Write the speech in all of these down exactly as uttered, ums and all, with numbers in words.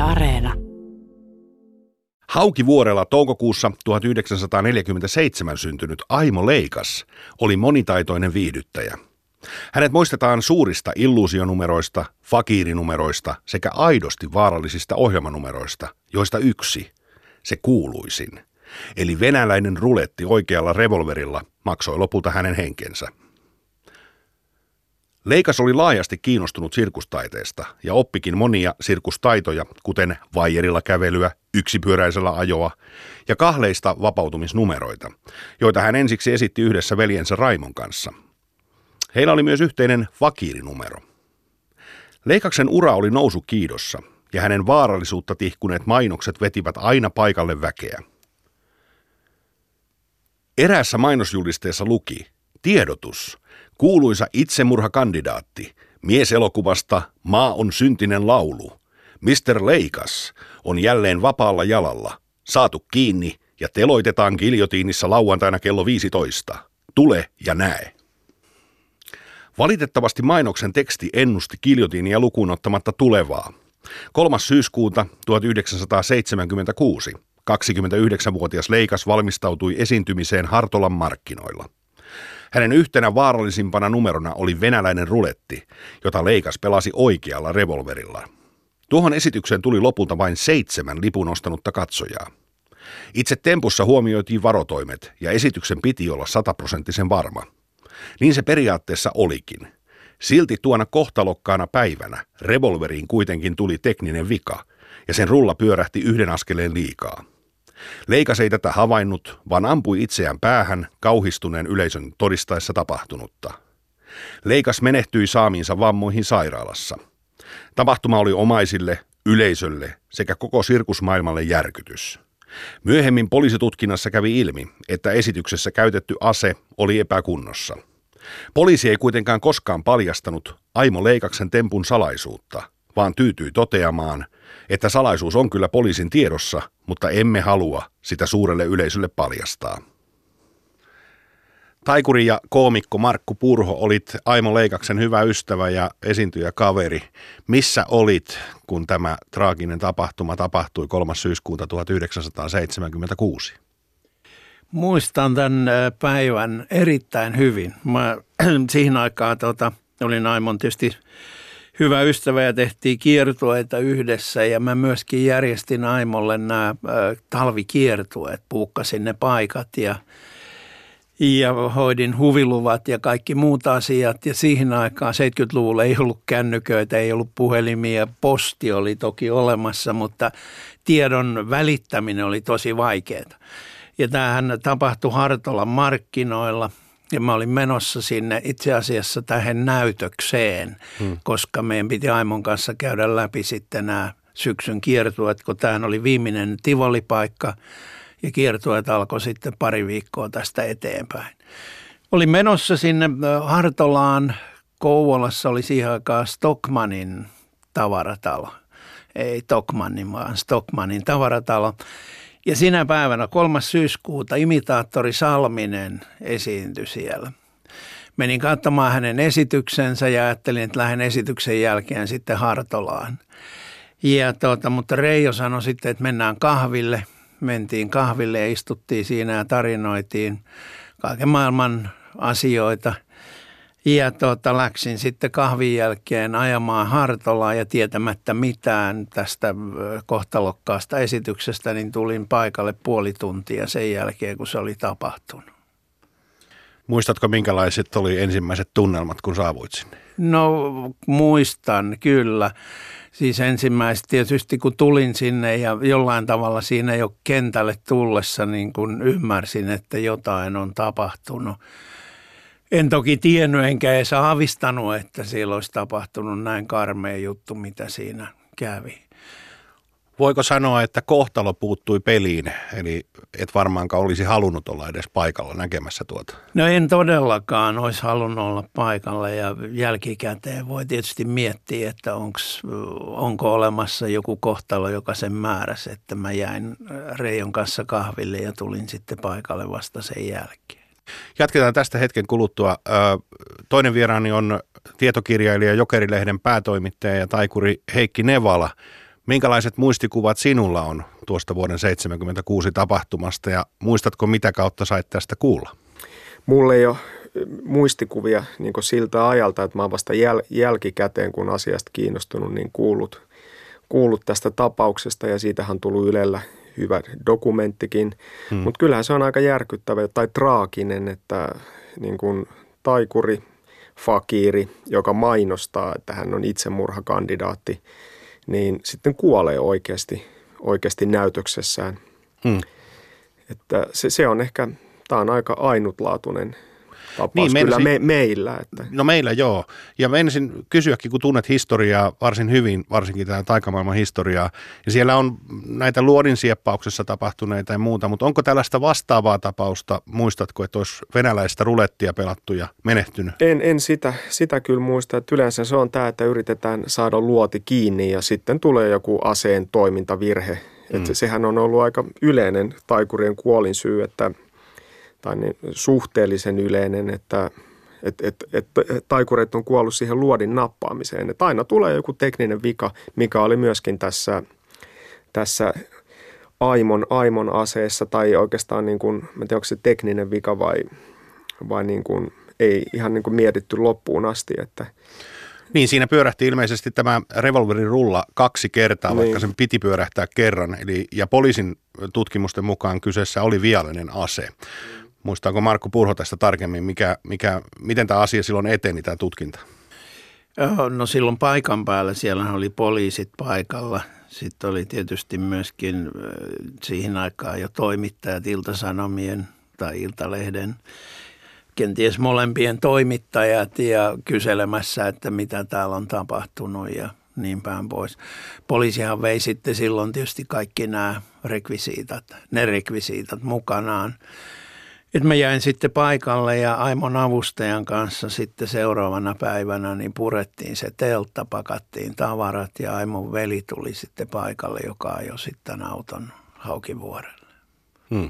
Areena. Haukivuorella toukokuussa tuhatyhdeksänsataaneljäkymmentäseitsemän syntynyt Aimo Leikas oli monitaitoinen viihdyttäjä. Hänet muistetaan suurista illuusionumeroista, fakiirinumeroista sekä aidosti vaarallisista ohjelmanumeroista, joista yksi, se kuuluisin, eli venäläinen ruletti oikealla revolverilla, maksoi lopulta hänen henkensä. Leikas oli laajasti kiinnostunut sirkustaiteesta ja oppikin monia sirkustaitoja, kuten vaijerilla kävelyä, yksipyöräisellä ajoa ja kahleista vapautumisnumeroita, joita hän ensiksi esitti yhdessä veljensä Raimon kanssa. Heillä oli myös yhteinen fakiirinumero. Leikaksen ura oli nousukiidossa ja hänen vaarallisuutta tihkuneet mainokset vetivät aina paikalle väkeä. Eräässä mainosjulisteessa luki: tiedotus, kuuluisa itsemurhakandidaatti, mieselokuvasta Maa on syntinen laulu. mister Leikas on jälleen vapaalla jalalla, saatu kiinni ja teloitetaan giljotiinissa lauantaina kello viisitoista. Tule ja näe. Valitettavasti mainoksen teksti ennusti giljotiinia lukuun ottamatta tulevaa. kolmas syyskuuta tuhatyhdeksänsataaseitsemänkymmentäkuusi kaksikymmentäyhdeksänvuotias Leikas valmistautui esiintymiseen Hartolan markkinoilla. Hänen yhtenä vaarallisimpana numerona oli venäläinen ruletti, jota Leikas pelasi oikealla revolverilla. Tuohon esitykseen tuli lopulta vain seitsemän lipun ostanutta katsojaa. Itse tempussa huomioitiin varotoimet ja esityksen piti olla sataprosenttisen varma. Niin se periaatteessa olikin. Silti tuona kohtalokkaana päivänä revolveriin kuitenkin tuli tekninen vika ja sen rulla pyörähti yhden askeleen liikaa. Leikas ei tätä havainnut, vaan ampui itseään päähän kauhistuneen yleisön todistaessa tapahtunutta. Leikas menehtyi saamiinsa vammoihin sairaalassa. Tapahtuma oli omaisille, yleisölle sekä koko sirkusmaailmalle järkytys. Myöhemmin poliisitutkinnassa kävi ilmi, että esityksessä käytetty ase oli epäkunnossa. Poliisi ei kuitenkaan koskaan paljastanut Aimo Leikaksen tempun salaisuutta, vaan tyytyi toteamaan, että salaisuus on kyllä poliisin tiedossa, mutta emme halua sitä suurelle yleisölle paljastaa. Taikuri ja koomikko Markku Purho, olit Aimo Leikaksen hyvä ystävä ja esiintyjäkaveri. Missä olit, kun tämä traaginen tapahtuma tapahtui kolmas syyskuuta tuhatyhdeksänsataaseitsemänkymmentäkuusi? Muistan tämän päivän erittäin hyvin. Mä siihen aikaan tota, olin Aimon tietysti hyvä ystävä ja tehtiin kiertueita yhdessä ja mä myöskin järjestin Aimolle nämä talvikiertueet, puukkasin ne paikat ja, ja hoidin huviluvat ja kaikki muut asiat. Ja siihen aikaan seitsemänkymmentäluvulla ei ollut kännyköitä, ei ollut puhelimia, posti oli toki olemassa, mutta tiedon välittäminen oli tosi vaikeaa. Ja tämähän tapahtui Hartolan markkinoilla. Ja mä olin menossa sinne itse asiassa tähän näytökseen, hmm. koska meidän piti Aimon kanssa käydä läpi sitten nämä syksyn kiertueet, kun tämähän oli viimeinen tivolipaikka ja kiertueet alkoi sitten pari viikkoa tästä eteenpäin. Olin menossa sinne Hartolaan, Kouvolassa oli siihen aikaan Stockmannin tavaratalo, ei Tokmannin vaan Stockmannin tavaratalo. Ja sinä päivänä kolmas syyskuuta imitaattori Salminen esiintyi siellä. Menin katsomaan hänen esityksensä ja ajattelin, että lähden esityksen jälkeen sitten Hartolaan. Ja tuota, mutta Reijo sanoi sitten, että mennään kahville. Mentiin kahville ja istuttiin siinä ja tarinoitiin kaiken maailman asioita. Ja tuota, läksin sitten kahvin jälkeen ajamaan Hartolaan ja tietämättä mitään tästä kohtalokkaasta esityksestä, niin tulin paikalle puoli tuntia sen jälkeen, kun se oli tapahtunut. Muistatko, minkälaiset oli ensimmäiset tunnelmat, kun saavuit sinne? No muistan, kyllä. Siis ensimmäiset tietysti, kun tulin sinne ja jollain tavalla siinä jo kentälle tullessa, niin kun ymmärsin, että jotain on tapahtunut. En toki tiennyt enkä edes aavistanut, että siellä olisi tapahtunut näin karmea juttu, mitä siinä kävi. Voiko sanoa, että kohtalo puuttui peliin, eli et varmaankaan olisi halunnut olla edes paikalla näkemässä tuota? No en todellakaan olisi halunnut olla paikalla ja jälkikäteen voi tietysti miettiä, että onks, onko olemassa joku kohtalo, joka sen määräsi, että mä jäin Reijon kanssa kahville ja tulin sitten paikalle vasta sen jälkeen. Jatketaan tästä hetken kuluttua. Toinen vieraani on tietokirjailija, Jokerilehden päätoimittaja ja taikuri Heikki Nevala. Minkälaiset muistikuvat sinulla on tuosta vuoden seitsemänkymmentäkuusi tapahtumasta ja muistatko mitä kautta sait tästä kuulla? Mulla ei ole muistikuvia niin kuin siltä ajalta, että mä oon vasta jäl- jälkikäteen, kun asiasta kiinnostunut, niin kuullut, kuullut tästä tapauksesta ja siitähän on tullut Ylellä hyvä dokumenttikin. Hmm. Mutta kyllähän se on aika järkyttävä tai traaginen, että niin kuin taikuri, fakiiri, joka mainostaa, että hän on itsemurhakandidaatti, niin sitten kuolee oikeasti, oikeasti näytöksessään. Hmm. Että se, se on ehkä, tämä on aika ainutlaatuinen tapaus niin, kyllä me, meillä. Että. No meillä joo. Ja mä ensin kysyäkin, kun tunnet historiaa varsin hyvin, varsinkin tämä taikamaailman historiaa, ja siellä on näitä luodinsieppauksessa tapahtuneita ja muuta, mutta onko tällaista vastaavaa tapausta, muistatko, että olisi venäläistä rulettia pelattu ja menehtynyt? En, en sitä, sitä kyllä muista, että yleensä se on tämä, että yritetään saada luoti kiinni ja sitten tulee joku aseen toimintavirhe. Mm. Että sehän on ollut aika yleinen taikurien kuolinsyy, että tai niin suhteellisen yleinen, että et, et, et, taikureet on kuollut siihen luodin nappaamiseen. Että aina tulee joku tekninen vika, mikä oli myöskin tässä, tässä Aimon, Aimon aseessa, tai oikeastaan, niin kuin, mä en tiedä, onko se tekninen vika vai, vai niin kuin, ei ihan niin kuin mietitty loppuun asti. Että niin, siinä pyörähti ilmeisesti tämä revolverin rulla kaksi kertaa, niin. Vaikka sen piti pyörähtää kerran. Eli, ja poliisin tutkimusten mukaan kyseessä oli viallinen ase. Mm. Muistaako Markku Purho tästä tarkemmin, mikä, mikä, miten tämä asia silloin eteni, tämä tutkinta? No silloin paikan päällä, siellä oli poliisit paikalla. Sitten oli tietysti myöskin siihen aikaan jo toimittajat Ilta-Sanomien tai Iltalehden, kenties molempien toimittajat ja kyselemässä, että mitä täällä on tapahtunut ja niin päin pois. Poliisihan vei sitten silloin tietysti kaikki nämä rekvisiitat, ne rekvisiitat mukanaan. Et mä jäin sitten paikalle ja Aimon avustajan kanssa sitten seuraavana päivänä niin purettiin se teltta, pakattiin tavarat ja Aimon veli tuli sitten paikalle, joka ajoi sitten auton Haukivuorelle. Hmm.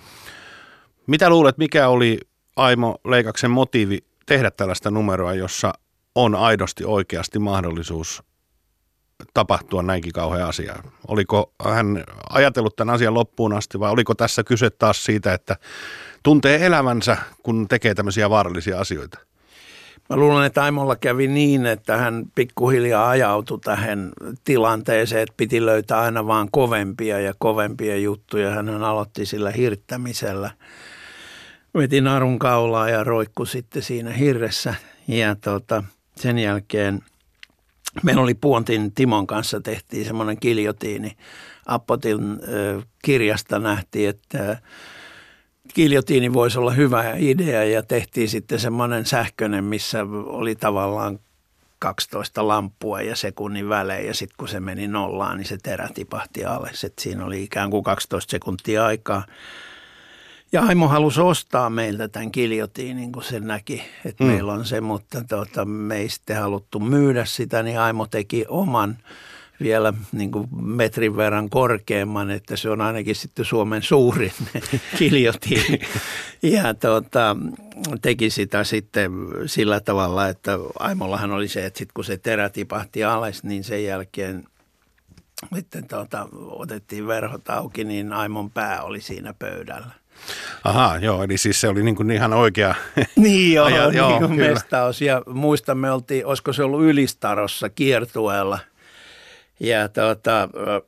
Mitä luulet, mikä oli Aimo Leikaksen motiivi tehdä tällaista numeroa, jossa on aidosti oikeasti mahdollisuus tapahtua näinkin kauhea asia? Oliko hän ajatellut tämän asian loppuun asti vai oliko tässä kyse taas siitä, että tuntee elämänsä, kun tekee tämmöisiä vaarallisia asioita? Mä luulen, että Aimolla kävi niin, että hän pikkuhiljaa ajautui tähän tilanteeseen, että piti löytää aina vaan kovempia ja kovempia juttuja. Hän aloitti sillä hirttämisellä. Veti narun kaulaa ja roikku sitten siinä hirressä ja tota, sen jälkeen meillä oli Puontin Timon kanssa tehtiin semmoinen kiljotiini. Appotin ö, kirjasta nähtiin, että kiljotiini voisi olla hyvä idea ja tehtiin sitten semmoinen sähköinen, missä oli tavallaan kaksitoista lamppua ja sekunnin välein ja sitten kun se meni nollaan, niin se terä tipahti alas. Et siinä oli ikään kuin kaksitoista sekuntia aikaa. Ja Aimo halusi ostaa meiltä tämän kiljotiinin, kun se näki, että mm. meillä on se, mutta tuota, me ei sitten haluttu myydä sitä, niin Aimo teki oman vielä niin kuin metrin verran korkeamman, että se on ainakin sitten Suomen suurin kiljotiini. Ja tuota, teki sitä sitten sillä tavalla, että Aimollahan oli se, että sitten kun se terä tipahti alas, niin sen jälkeen sitten tuota, otettiin verhot auki, niin Aimon pää oli siinä pöydällä. Ahaa, joo, eli siis se oli niin kuin ihan oikea niin joo, aja, joo niin kuin mestaus. Ja muista me oltiin, olisiko se ollut Ylistarossa kiertueella. Ja tuota,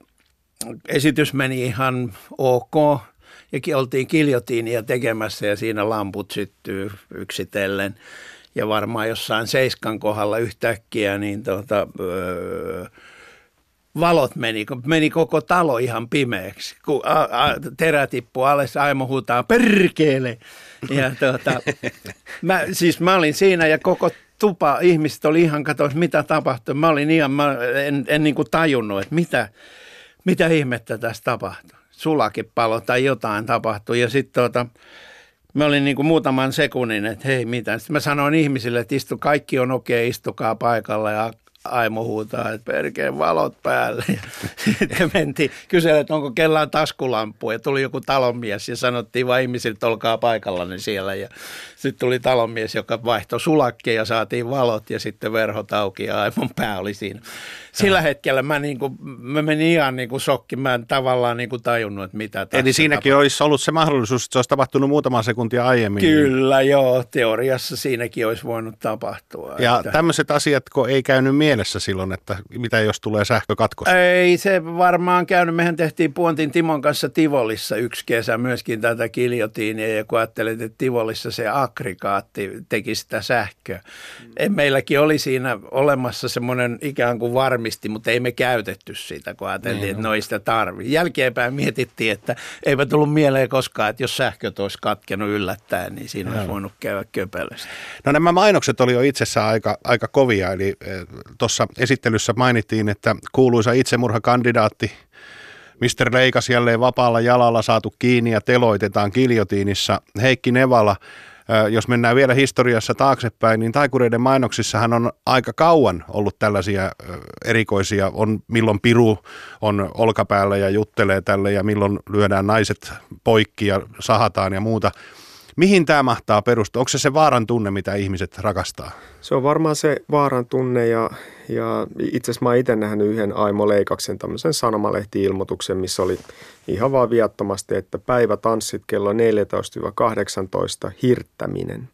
esitys meni ihan ok ja oltiin kiljotiinia tekemässä ja siinä lamput syttyy yksitellen. Ja varmaan jossain seiskan kohdalla yhtäkkiä niin tuota, öö, valot meni, meni koko talo ihan pimeäksi. Kun a, a, terä tippui alas, Aimo huutaa perkele. Ja tuota, mä, siis mä olin siinä ja koko tupa ihmiset oli ihan katossa, mitä tapahtui. Mä olin ihan, mä en, en niin kuin tajunnut, että mitä, mitä ihmettä tässä tapahtui. Sulakepalo tai jotain tapahtui ja sitten tuota, mä olin niin kuin muutaman sekunnin, että hei mitä. Sitten mä sanoin ihmisille, että istu, kaikki on okei, istukaa paikalla ja Aimo huutaa, että perkeen valot päälle. Ja sitten mentiin kyselemään, että onko kellään taskulamppu. Ja tuli joku talonmies ja sanottiin vaan ihmisille, että olkaa paikallanne siellä. Ja sitten tuli talonmies, joka vaihtoi sulakkeen ja saatiin valot ja sitten verhot auki ja Aimon pää oli siinä. Sillä hetkellä mä, niin kuin, mä menin ihan niin kuin shokki. Mä en tavallaan niin kuin tajunnut, että mitä tässä Eli siinäkin tapahtui. Olisi ollut se mahdollisuus, että se olisi tapahtunut muutama sekuntia aiemmin. Kyllä, niin. Joo. Teoriassa siinäkin olisi voinut tapahtua. Ja että tämmöiset asiat, kun ei käynyt mielessä silloin, että mitä jos tulee sähkökatkos? Ei se varmaan käynyt. Mehän tehtiin Puontin Timon kanssa Tivolissa yksi kesä myöskin tätä giljotiinia. Ja kun ajattelit, että Tivolissa se aggregaatti teki sitä sähköä. Mm. Meilläkin oli siinä olemassa semmoinen ikään kuin varmisti, mutta ei me käytetty sitä, kun ajateltiin, niin, että no ei sitä tarvitse. Jälkeenpäin mietittiin, että eipä tullut mieleen koskaan, että jos sähköt olisi katkenut yllättäen, niin siinä no. olisi voinut käydä köpelöstä. No nämä mainokset oli jo itsessään aika, aika kovia, eli tuossa esittelyssä mainittiin, että kuuluisa itsemurhakandidaatti mister Leikas jälleen vapaalla jalalla saatu kiinni ja teloitetaan giljotiinissa. Heikki Nevala, jos mennään vielä historiassa taaksepäin, niin taikureiden mainoksissahan on aika kauan ollut tällaisia erikoisia, on milloin piru on olkapäällä ja juttelee tälle ja milloin lyödään naiset poikki ja sahataan ja muuta. Mihin tämä mahtaa perustua? Onko se se vaaran tunne, mitä ihmiset rakastaa? Se on varmaan se vaaran tunne ja, ja itse asiassa mä oon itse nähnyt yhden Aimo Leikaksen tämmöisen sanomalehti-ilmoituksen, missä oli ihan vaan viattomasti, että päivätanssit kello neljätoista kahdeksantoista hirttäminen.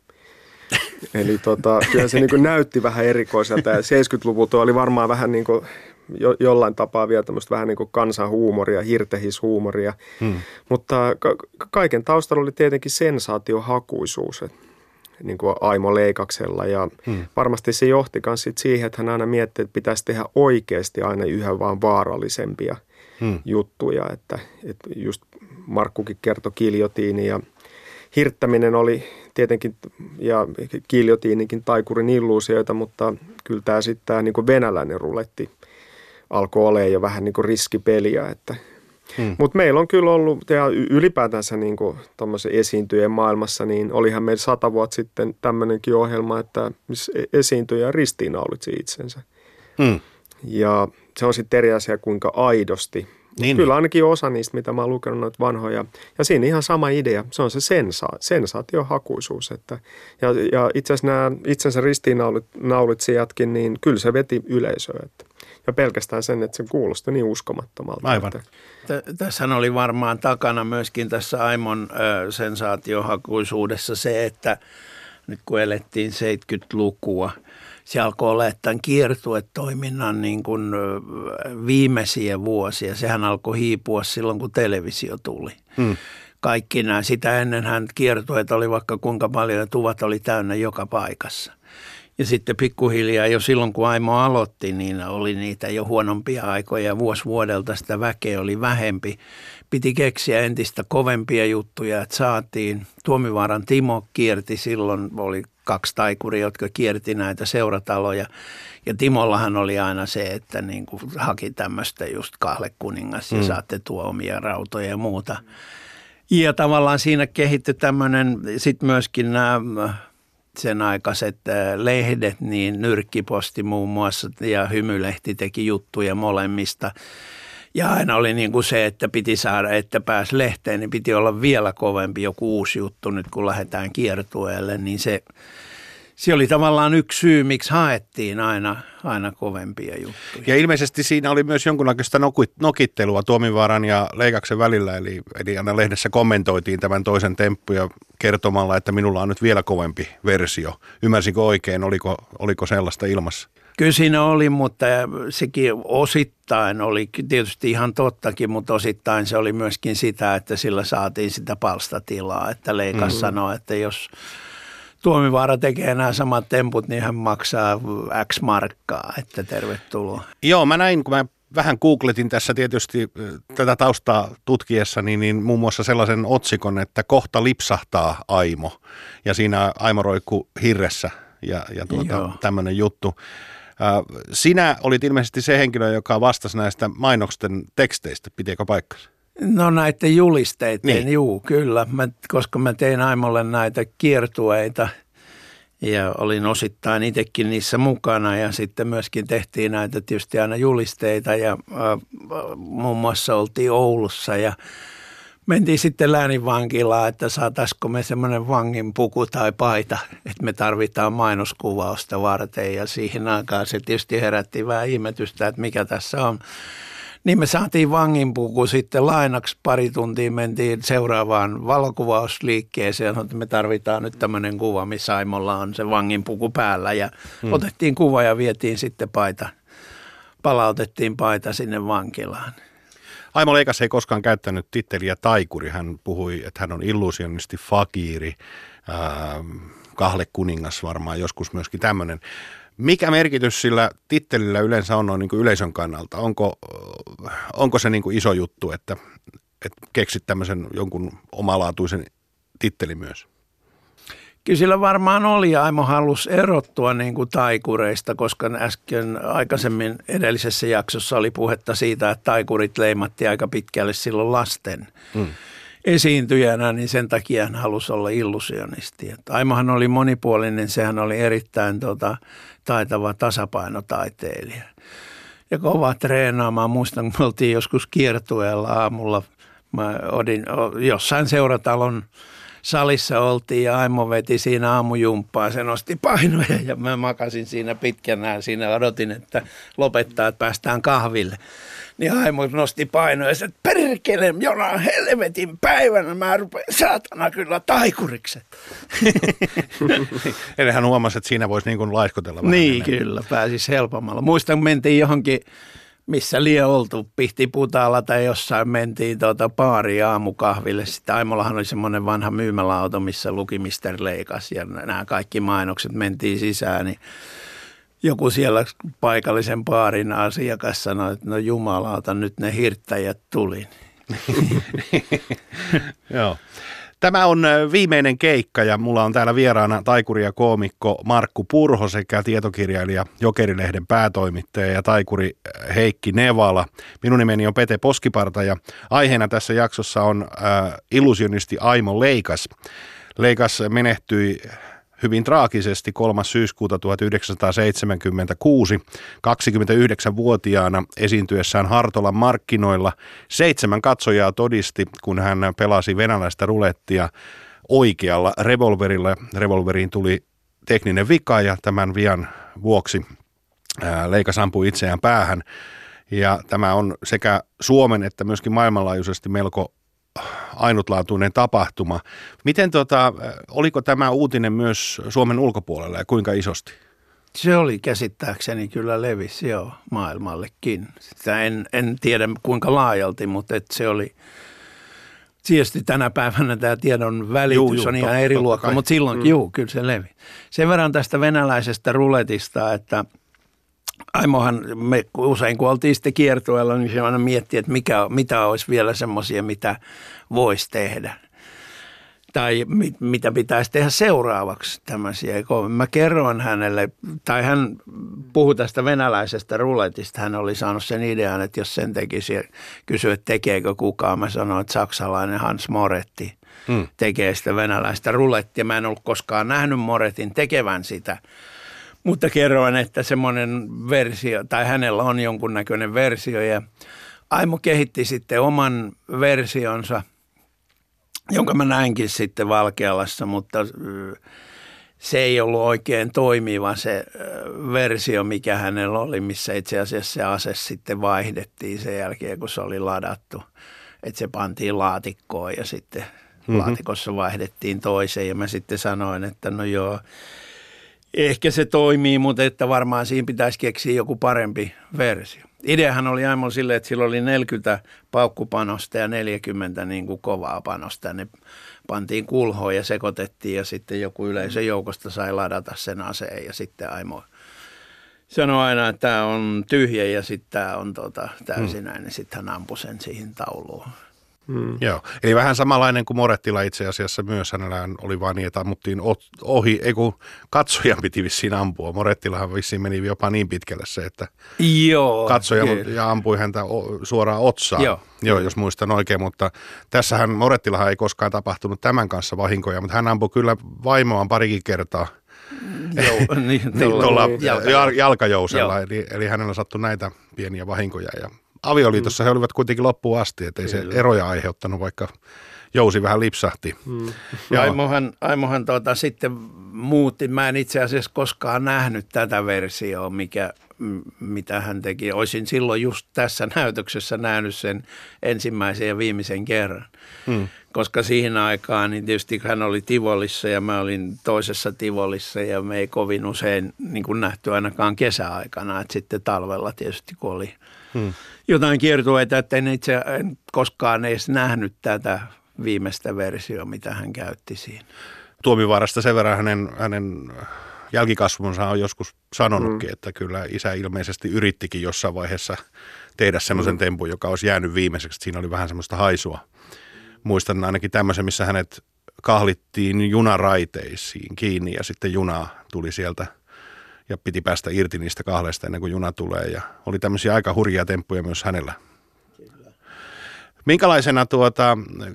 Eli tota, kyllä se niin kuin näytti vähän erikoiselta ja seitsemänkymmentäluvulta oli varmaan vähän niin kuin jo, jollain tapaa vielä tämmöistä vähän niin kuin kansanhuumoria, hirtehishuumoria, hmm. mutta ka- kaiken taustalla oli tietenkin sensaatiohakuisuus niin kuin Aimo Leikaksella ja hmm. varmasti se johti myös siihen, että hän aina mietti, että pitäisi tehdä oikeasti aina yhä vaan vaarallisempia hmm. juttuja, että, että just Markkukin kertoi giljotiini ja hirttäminen oli tietenkin ja giljotiinikin taikurin illuusioita, mutta kyllä tämä sitten tämä niin kuin venäläinen ruletti alkoi olemaan jo vähän niin kuin riskipeliä. Että. Hmm. Mutta meillä on kyllä ollut, ja ylipäätänsä niin kuin tuommoisen esiintyjien maailmassa, niin olihan meillä sata vuotta sitten tämmöinenkin ohjelma, että missä esiintyjä ristiinnaulitsi itsensä. Hmm. Ja se on sitten eri asia, kuinka aidosti. Niin, kyllä ainakin osa niistä, mitä mä oon lukenut noita vanhoja. Ja siinä ihan sama idea. Se on se sensa- sensaatiohakuisuus. Että, ja, ja itse asiassa nämä itsensä ristiinnaulitsijatkin, niin kyllä se veti yleisöä. Että, ja pelkästään sen, että se kuulosti niin uskomattomalta. Aivan. Että. Tässähän oli varmaan takana myöskin tässä Aimon ö, sensaatiohakuisuudessa se, että nyt kun elettiin seitsemänkymmentälukua, se alkoi olla tämän kiertuetoiminnan niin kuin viimeisiä vuosia. Sehän alkoi hiipua silloin, kun televisio tuli. Hmm. Kaikki nämä. Sitä ennenhän kiertueet oli vaikka kuinka paljon ja tuvat oli täynnä joka paikassa. Ja sitten pikkuhiljaa jo silloin, kun Aimo aloitti, niin oli niitä jo huonompia aikoja ja vuosi vuodelta sitä väkeä oli vähempi. Piti keksiä entistä kovempia juttuja, että saatiin. Tuomivaaran Timo kierti silloin, oli kaksi taikuria, jotka kierti näitä seurataloja. Ja Timollahan oli aina se, että niin kuin haki tämmöistä just kahlekuningas ja mm. saatte tuomia rautoja ja muuta. Ja tavallaan siinä kehittyi tämmöinen, sitten myöskin nämä sen aikaiset lehdet, niin Nyrkkiposti muun muassa ja Hymylehti teki juttuja molemmista. Ja aina oli niin kuin se, että piti saada, että pääsi lehteen, niin piti olla vielä kovempi joku uusi juttu nyt, kun lähdetään kiertueelle. Niin se, se oli tavallaan yksi syy, miksi haettiin aina, aina kovempia juttuja. Ja ilmeisesti siinä oli myös jonkunlaista nokittelua Tuomivaaran ja Leikaksen välillä, eli, eli aina lehdessä kommentoitiin tämän toisen temppuja kertomalla, että minulla on nyt vielä kovempi versio. Ymmärsinkö oikein, oliko, oliko sellaista ilmassa? Kyllä siinä oli, mutta sekin osittain oli tietysti ihan tottakin, mutta osittain se oli myöskin sitä, että sillä saatiin sitä palstatilaa, että Leikas mm-hmm. sanoi, että jos Tuomivaara tekee nämä samat temput, niin hän maksaa X markkaa, että tervetuloa. Joo, mä näin, kun mä vähän googletin tässä tietysti tätä taustaa tutkiessa, niin, niin muun muassa sellaisen otsikon, että kohta lipsahtaa Aimo, ja siinä Aimo roikkuu hirressä ja, ja tuota, tämmöinen juttu. Sinä olit ilmeisesti se henkilö, joka vastasi näistä mainoksen teksteistä. Pitiekö paikkansa? No näiden julisteiden, niin. Juu, kyllä. Mä, koska mä tein Aimolle näitä kiertueita Ja olin osittain itsekin niissä mukana ja sitten myöskin tehtiin näitä tietysti aina julisteita ja äh, muun muassa oltiin Oulussa ja mentiin sitten lääninvankilaan, että saataisiko me semmoinen vangin puku tai paita, että me tarvitaan mainoskuvausta varten ja siihen aikaan se tietysti herätti vähän ihmetystä, että mikä tässä on. Niin me saatiin vanginpuku sitten lainaksi, pari tuntia mentiin seuraavaan valokuvausliikkeeseen, että me tarvitaan nyt tämmöinen kuva, missä Aimolla on se vanginpuku päällä ja hmm. otettiin kuva ja vietiin sitten paita, palautettiin paita sinne vankilaan. Aimo Leikas ei koskaan käyttänyt titteliä taikuri, hän puhui, että hän on illusionisti, fakiiri, ää, kahlekuningas varmaan joskus myöskin tämmöinen. Mikä merkitys sillä tittelillä yleensä on noin niin kuin yleisön kannalta? Onko, onko se niin kuin iso juttu, että, että keksit tämmöisen jonkun omalaatuisen tittelin myös? Kyllä sillä varmaan oli. Aimo halusi erottua niin kuin taikureista, koska äsken aikaisemmin edellisessä jaksossa oli puhetta siitä, että taikurit leimattiin aika pitkälle silloin lasten hmm. esiintyjänä, niin sen takia hän halusi olla illusionisti. Aimohan oli monipuolinen, sehän oli erittäin tota, taitava tasapainotaiteilija ja kova treenaamaan. Muistan, kun me oltiin joskus kiertueella aamulla, mä odin, jossain seuratalon salissa oltiin ja Aimo veti siinä aamujumppaa, se nosti painoja ja mä makasin siinä pitkänään, siinä odotin, että lopettaa, että päästään kahville. Niin Aimo nosti painoja ja sanoi, että perkele, jonain helvetin päivänä mä rupean saatana kyllä taikuriksi. Eli hän huomasi, että siinä voisi niin kuin laiskotella vähän. Niin enemmän. Kyllä, pääsisi helpommalla. Muistan, mentiin johonkin, missä liian oltu, Pihtiputaalla tai jossain mentiin tuota baariin aamukahville. Sitten Aimollahan oli semmoinen vanha myymäläauto, missä luki mister Leikas ja nämä kaikki mainokset mentiin sisään, niin joku siellä paikallisen baarin asiakas sanoi, että no jumalauta, nyt ne hirttäjät tuli. Joo. Tämä on viimeinen keikka ja mulla on täällä vieraana taikuri ja koomikko Markku Purho sekä tietokirjailija Jokerilehden päätoimittaja ja taikuri Heikki Nevala. Minun nimeni on Pete Poskiparta ja aiheena tässä jaksossa on äh, illusionisti Aimo Leikas. Leikas menehtyi hyvin traagisesti kolmas syyskuuta tuhatyhdeksänsataaseitsemänkymmentäkuusi kaksikymmentäyhdeksänvuotiaana esiintyessään Hartolan markkinoilla. Seitsemän katsojaa todisti, kun hän pelasi venäläistä rulettia oikealla revolverilla. Revolveriin tuli tekninen vika ja tämän vian vuoksi ää, Leikas ampui itseään päähän. Ja tämä on sekä Suomen että myöskin maailmanlaajuisesti melko ainutlaatuinen tapahtuma. Miten tota, oliko tämä uutinen myös Suomen ulkopuolella ja kuinka isosti? Se oli käsittääkseni kyllä levisi jo maailmallekin. Sitä en, en tiedä kuinka laajalti, mutta et se oli tietysti tänä päivänä tämä tiedon välitys juu, juu, on ihan tot, eri luokka, mutta silloinkin mm. juu, kyllä se levi. Sen verran tästä venäläisestä ruletista, että Aimohan, me usein kun oltiin sitten kiertueella, niin se aina miettii, että mikä, mitä olisi vielä semmoisia, mitä voisi tehdä. Tai mit, mitä pitäisi tehdä seuraavaksi tämmöisiä. Mä kerroin hänelle, tai hän puhui tästä venäläisestä ruletista. Hän oli saanut sen idean, että jos sen tekisi ja kysyi, että tekeekö kukaan. Mä sanoin, että saksalainen Hans Moretti hmm. tekee sitä venäläistä rulettia. Mä en ollut koskaan nähnyt Moretin tekevän sitä. Mutta kerroin, että semmoinen versio, tai hänellä on jonkunnäköinen versio, ja Aimo kehitti sitten oman versionsa, jonka mä näinkin sitten Valkealassa, mutta se ei ollut oikein toimiva se versio, mikä hänellä oli, missä itse asiassa se ase sitten vaihdettiin sen jälkeen, kun se oli ladattu. Että se pantiin laatikkoon ja sitten mm-hmm. laatikossa vaihdettiin toiseen, ja mä sitten sanoin, että no joo, ehkä se toimii, mutta että varmaan siinä pitäisi keksiä joku parempi versio. Ideahan oli Aimo silleen, että sillä oli neljäkymmentä paukkupanosta ja neljäkymmentä niin kuin kovaa panosta. Ja ne pantiin kulhoon ja sekoitettiin ja sitten joku yleisön joukosta sai ladata sen aseen. Ja sitten Aimo sanoi aina, että tämä on tyhjä ja sitten tämä on tota, täysinäinen. Hmm. Sitten hän ampui sen siihen tauluun. Mm. Joo, eli vähän samanlainen kuin Morettila itse asiassa myös. Hänellä oli vaan niin, että ammuttiin ohi, ei kun katsojan piti vissiin ampua. Morettilahan vissiin meni jopa niin pitkälle se, että Joo, katsoja ja ampui häntä suoraan otsaan. Joo. Joo, jos muistan oikein, mutta tässähän Morettilahan ei koskaan tapahtunut tämän kanssa vahinkoja, mutta hän ampui kyllä vaimoaan parikin kertaa Joo, niin, niin, tuolla jalkajousella. jalkajousella, eli, eli hänellä sattui näitä pieniä vahinkoja. Ja avioliitossa mm. he olivat kuitenkin loppuun asti, ettei Kyllä. se eroja aiheuttanut, vaikka jousi vähän lipsahti. Mm. Ja Aimohan, Aimohan tuota, sitten muutti. Mä en itse asiassa koskaan nähnyt tätä versioa, mikä, mitä hän teki. Olisin silloin just tässä näytöksessä nähnyt sen ensimmäisen ja viimeisen kerran. Mm. Koska siihen aikaan niin tietysti hän oli Tivolissa ja mä olin toisessa Tivolissa ja me ei kovin usein niin kuin nähty ainakaan kesäaikana. Että sitten talvella tietysti kun oli hmm. jotain kiertueita, että en itse en koskaan edes nähnyt tätä viimeistä versiota, mitä hän käytti siinä. Tuomivaarasta sen verran hänen, hänen jälkikasvunsa on joskus sanonutkin, hmm. että kyllä isä ilmeisesti yrittikin jossain vaiheessa tehdä semmoisen hmm. tempun, joka olisi jäänyt viimeiseksi. Siinä oli vähän semmoista haisua. Muistan ainakin tämmöisen, missä hänet kahlittiin junaraiteisiin kiinni ja sitten juna tuli sieltä ja piti päästä irti niistä kahleista ennen kuin juna tulee. Ja oli tämmöisiä aika hurjia temppuja myös hänellä. Kyllä. Minkälaisena tuota,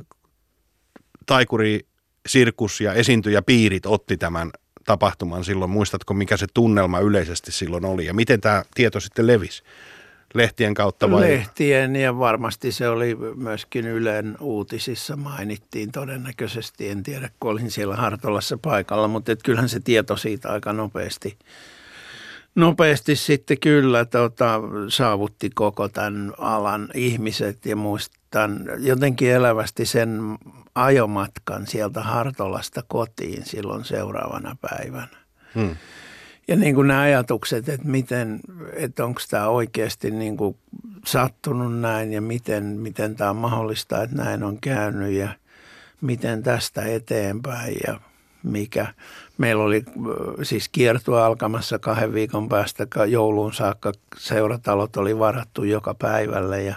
taikuri, sirkus ja esiintyjäpiirit otti tämän tapahtuman silloin? Muistatko, mikä se tunnelma yleisesti silloin oli ja miten tämä tieto sitten levisi? Lehtien kautta vai? Lehtien ja varmasti se oli myöskin Ylen uutisissa mainittiin todennäköisesti. En tiedä, kun olin siellä Hartolassa paikalla, mutta et kyllähän se tieto siitä aika nopeasti, nopeasti sitten kyllä tota, saavutti koko tämän alan ihmiset ja muistan jotenkin elävästi sen ajomatkan sieltä Hartolasta kotiin silloin seuraavana päivänä. Hmm. Ja niin kuin nämä ajatukset, että miten, että onko tämä oikeasti niin kuin sattunut näin ja miten, miten tämä on mahdollista, että näin on käynyt ja miten tästä eteenpäin ja mikä. Meillä oli siis kiertue alkamassa kahden viikon päästä jouluun saakka. Seuratalot oli varattu joka päivälle ja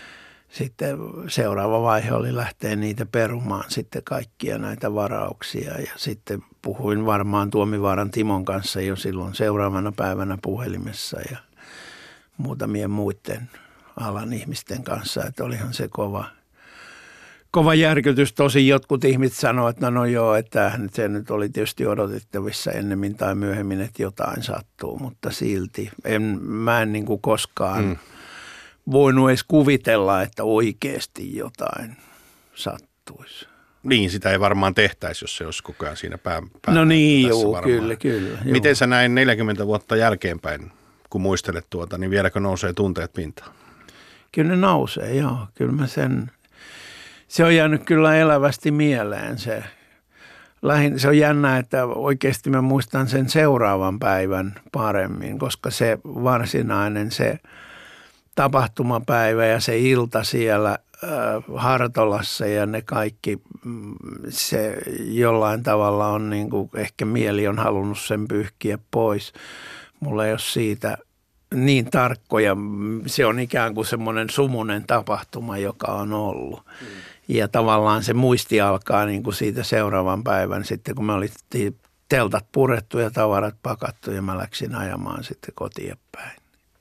sitten seuraava vaihe oli lähteä niitä perumaan sitten kaikkia näitä varauksia ja sitten puhuin varmaan Tuomivaaran Timon kanssa jo silloin seuraavana päivänä puhelimessa ja muutamien muiden alan ihmisten kanssa, että olihan se kova, kova järkytys. Tosin jotkut ihmiset sanoivat, että no, no joo, että se nyt oli tietysti odotettavissa ennemmin tai myöhemmin, että jotain sattuu, mutta silti en, mä en niin kuin koskaan mm. voinut edes kuvitella, että oikeasti jotain sattuisi. Niin, sitä ei varmaan tehtäisi, jos se olisi koko ajan siinä pää, pää No niin, joo, kyllä, kyllä. Miten sä näin neljäkymmentä vuotta jälkeenpäin, kun muistelet tuota, niin vieläkö nousee tunteet pintaan? Kyllä ne nousee, joo. Kyllä mä sen, se on jäänyt kyllä elävästi mieleen se. Lähin, se on jännä, että oikeasti mä muistan sen seuraavan päivän paremmin, koska se varsinainen se tapahtumapäivä ja se ilta siellä äh, Hartolassa ja ne kaikki, se jollain tavalla on niin kuin, ehkä mieli on halunnut sen pyyhkiä pois. Mulla ei ole siitä niin tarkkoja, se on ikään kuin semmoinen sumunen tapahtuma, joka on ollut. Mm. Ja tavallaan se muisti alkaa niin kuin siitä seuraavan päivän sitten, kun me oli teltat purettu ja tavarat pakattu ja mä läksin ajamaan sitten kotiin päin.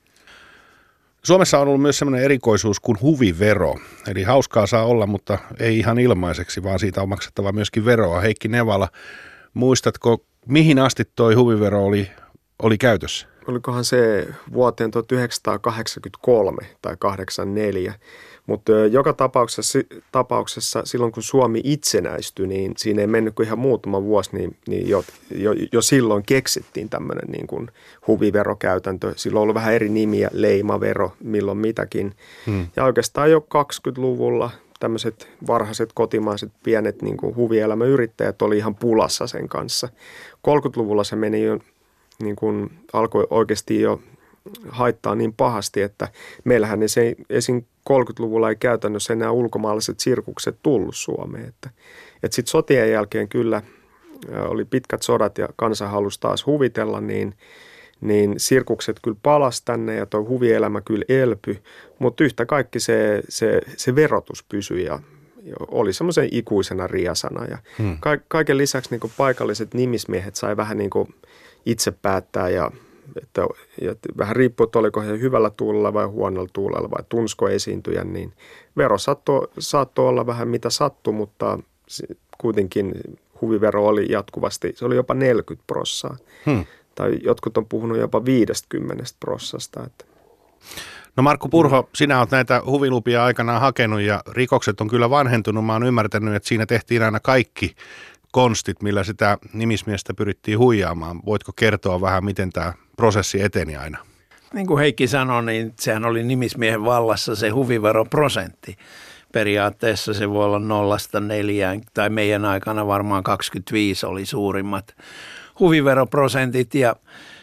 Suomessa on ollut myös sellainen erikoisuus kuin huvivero. Eli hauskaa saa olla, mutta ei ihan ilmaiseksi, vaan siitä on maksettava myöskin veroa. Heikki Nevala, muistatko, mihin asti toi huvivero oli, oli käytössä? Olikohan se vuoteen tuhatyhdeksänsataakahdeksankymmentäkolme tai kahdeksankymmentäneljä, mutta joka tapauksessa, tapauksessa silloin kun Suomi itsenäistyi, niin siinä ei mennyt kuin ihan muutama vuosi, niin, niin jo, jo, jo silloin keksittiin tämmöinen niin kuin huviverokäytäntö. Silloin on ollut vähän eri nimiä, leimavero, milloin mitäkin. Hmm. Ja oikeastaan jo kaksikymmentäluvulla tämmöiset varhaiset kotimaiset pienet niin kuin huvielämäyrittäjät oli ihan pulassa sen kanssa. kolmekymmentäluvulla se meni jo, niin kuin alkoi oikeasti jo haittaa niin pahasti, että meillähän ei se, esim. kolmekymmentäluvulla ei käytännössä enää ulkomaalaiset sirkukset tullut Suomeen. Että, että sitten sotien jälkeen kyllä oli pitkät sodat ja kansa halusi taas huvitella, niin, niin sirkukset kyllä palasi tänne ja tuo huvielämä kyllä elpyi, mutta yhtä kaikki se, se, se verotus pysyi ja oli semmoisen ikuisena riasana. Ja hmm. ka- kaiken lisäksi niin kuin paikalliset nimismiehet sai vähän niin kuin itse päättää ja Että, että vähän riippuu, että oliko he hyvällä tuulella vai huonolla tuulella vai tunsko esiintyjä, niin vero saattoi, saattoi olla vähän mitä sattui, mutta kuitenkin huvivero oli jatkuvasti, se oli jopa neljäkymmentä prossaa. Hmm. Tai jotkut on puhunut jopa viisikymmentä prossasta. Että. No Markku Purho, sinä olet näitä huvilupia aikanaan hakenut ja rikokset on kyllä vanhentunut. Mä oon ymmärtänyt, että siinä tehtiin aina kaikki konstit, millä sitä nimismiestä pyrittiin huijaamaan. Voitko kertoa vähän, miten tämä prosessi eteni aina? Niin kuin Heikki sanoi, niin sehän oli nimismiehen vallassa se huviveroprosentti. Periaatteessa se voi olla nollasta neljään, tai meidän aikana varmaan kaksikymmentäviisi oli suurimmat huviveroprosentit, ja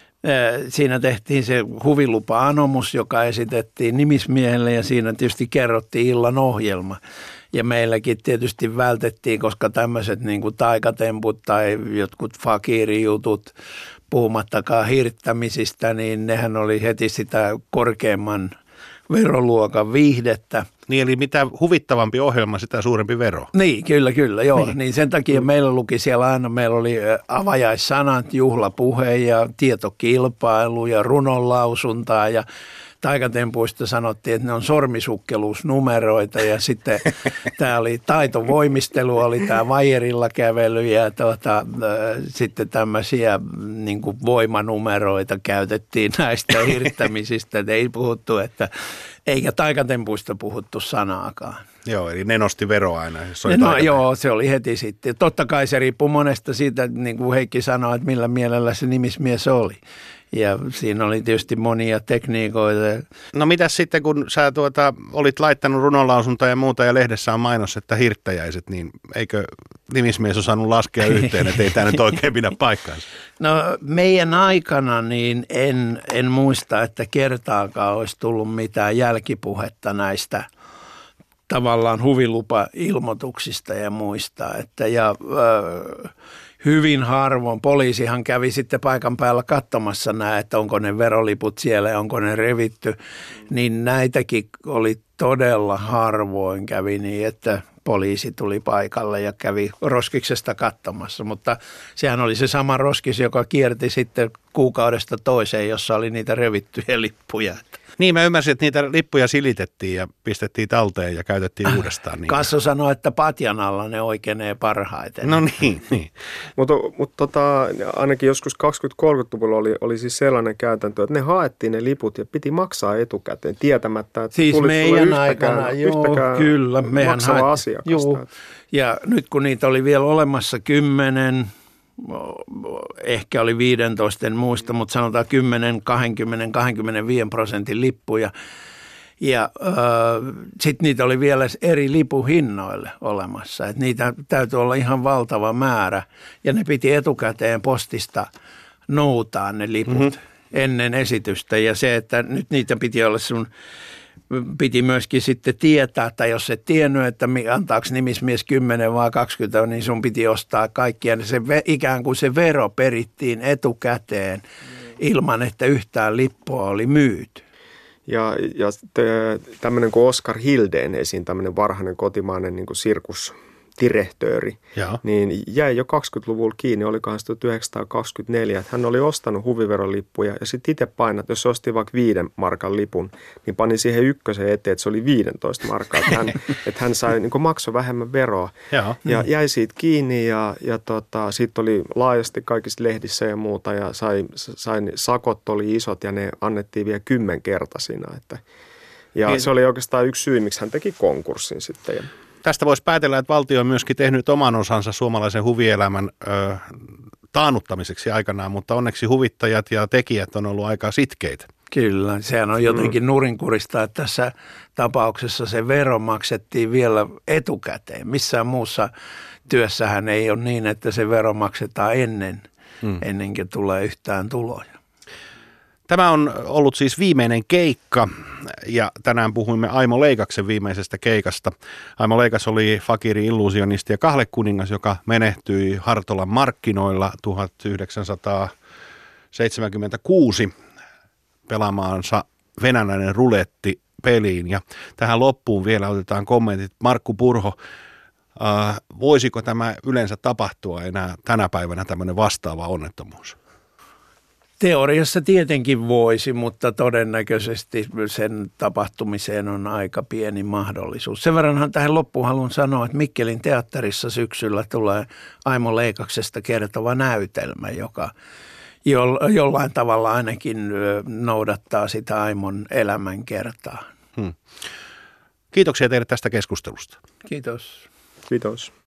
siinä tehtiin se huvilupa-anomus, joka esitettiin nimismiehelle, ja siinä tietysti kerrottiin illan ohjelma. Ja meilläkin tietysti vältettiin, koska tämmöiset niin kuin taikatemput tai jotkut fakiirijutut, puhumattakaan hirttämisistä, niin nehän oli heti sitä korkeamman veroluokan viihdettä. Niin, eli mitä huvittavampi ohjelma, sitä suurempi vero. Niin, kyllä, kyllä, joo. Niin, niin sen takia meillä luki siellä aina, meillä oli avajaissanat, juhlapuhe ja tietokilpailu ja runonlausuntaa ja taikatempuista sanottiin, että ne on sormisukkeluusnumeroita ja sitten tämä oli taitovoimistelu, oli tämä vaijerilla kävely ja tuota, äh, sitten tämmöisiä niin kuin voimanumeroita käytettiin näistä hirttämisistä, että ei puhuttu, että eikä taikatempuista puhuttu sanaakaan. Joo, eli ne nosti veroa aina. Jos oli no joo, se oli heti sitten. Totta kai se riippuu monesta siitä, niin kuin Heikki sanoi, että millä mielellä se nimismies oli. Ja siinä oli tietysti monia tekniikoita. No mitäs sitten, kun sä tuota, olit laittanut runonlausuntoja ja muuta ja lehdessä on mainos, että hirttäjäiset, niin eikö nimismies osannut laskea yhteen, että ei tämä nyt oikein pidä paikkaansa? No meidän aikana niin en, en muista, että kertaakaan olisi tullut mitään jälkipuhetta näistä tavallaan huvilupa-ilmoituksista ja muista. Että ja, öö, hyvin harvoin. Poliisihan kävi sitten paikan päällä katsomassa nämä, että onko ne veroliput siellä ja onko ne revitty. Niin näitäkin oli todella harvoin kävi niin, että poliisi tuli paikalle ja kävi roskiksesta katsomassa. Mutta sehän oli se sama roskis, joka kierti sitten kuukaudesta toiseen, jossa oli niitä revittyjä lippuja. Niin, mä ymmärsin, että niitä lippuja silitettiin ja pistettiin talteen ja käytettiin uudestaan niitä. Kassu sanoi, että patjan alla ne oikeenee parhaiten. No niin, niin. Mutta mut tota, ainakin joskus kaksikymmentä-kolmekymmentäluvulla oli, oli siis sellainen käytäntö, että ne haettiin ne liput ja piti maksaa etukäteen tietämättä, että siis meidän yhtäkään, aikana, joo, yhtäkään kyllä, mehän maksava haet, asiakasta. Joo. Ja nyt kun niitä oli vielä olemassa kymmenen, ehkä oli viisitoista, en muista, mutta sanotaan kymmenen, kaksikymmentä, kaksikymmentäviisi prosentin lippuja. Ja äh, sitten niitä oli vielä eri lipuhinnoille olemassa. Et niitä täytyy olla ihan valtava määrä ja ne piti etukäteen postista noutaa ne liput mm-hmm. ennen esitystä. Ja se, että nyt niitä piti olla sun... Piti myöskin sitten tietää, tai jos et tiennyt, että antaako nimismies kymmenen vai kaksikymmentä, niin sun piti ostaa kaikkia. Se, ikään kuin se vero perittiin etukäteen ilman, että yhtään lippua oli myyty. Ja, ja tämmöinen kuin Oskar Hildén esiin, tämmöinen varhainen kotimainen niin kuin sirkus. Direhtööri, niin jäi jo kaksikymmentäluvulla kiinni, olikohan se tuhatyhdeksänsataakaksikymmentäneljä, että hän oli ostanut huviverolippuja ja sitten itse painat, jos osti vaikka viiden markan lipun, niin pani siihen ykkösen eteen, että se oli viisitoista markkaa, että hän, että hän sai niin maksoi vähemmän veroa ja, ja jäi siitä kiinni ja, ja tota, siitä oli laajasti kaikissa lehdissä ja muuta ja sai, sai, sakot oli isot ja ne annettiin vielä kymmenkertaisina, että, ja niin. Se oli oikeastaan yksi syy, miksi hän teki konkurssin sitten. Ja tästä voisi päätellä, että valtio on myöskin tehnyt oman osansa suomalaisen huvielämän ö, taannuttamiseksi aikanaan, mutta onneksi huvittajat ja tekijät on ollut aika sitkeitä. Kyllä, sehän on jotenkin nurinkurista, että tässä tapauksessa se vero maksettiin vielä etukäteen. Missään muussa työssähän ei ole niin, että se vero maksetaan ennen, hmm. ennen kuin tulee yhtään tuloja. Tämä on ollut siis viimeinen keikka ja tänään puhuimme Aimo Leikaksen viimeisestä keikasta. Aimo Leikas oli fakiri, illuusionisti ja kahlekuningas, joka menehtyi Hartolan markkinoilla tuhatyhdeksänsataaseitsemänkymmentäkuusi pelaamaansa venäläinen ruletti peliin. Ja tähän loppuun vielä otetaan kommentit. Markku Purho, äh, voisiko tämä yleensä tapahtua enää tänä päivänä tämmöinen vastaava onnettomuus? Teoriassa tietenkin voisi, mutta todennäköisesti sen tapahtumiseen on aika pieni mahdollisuus. Sen verranhan tähän loppuun haluan sanoa, että Mikkelin teatterissa syksyllä tulee Aimo Leikaksesta kertova näytelmä, joka jollain tavalla ainakin noudattaa sitä Aimon elämänkertaa. Hmm. Kiitoksia teille tästä keskustelusta. Kiitos. Kiitos.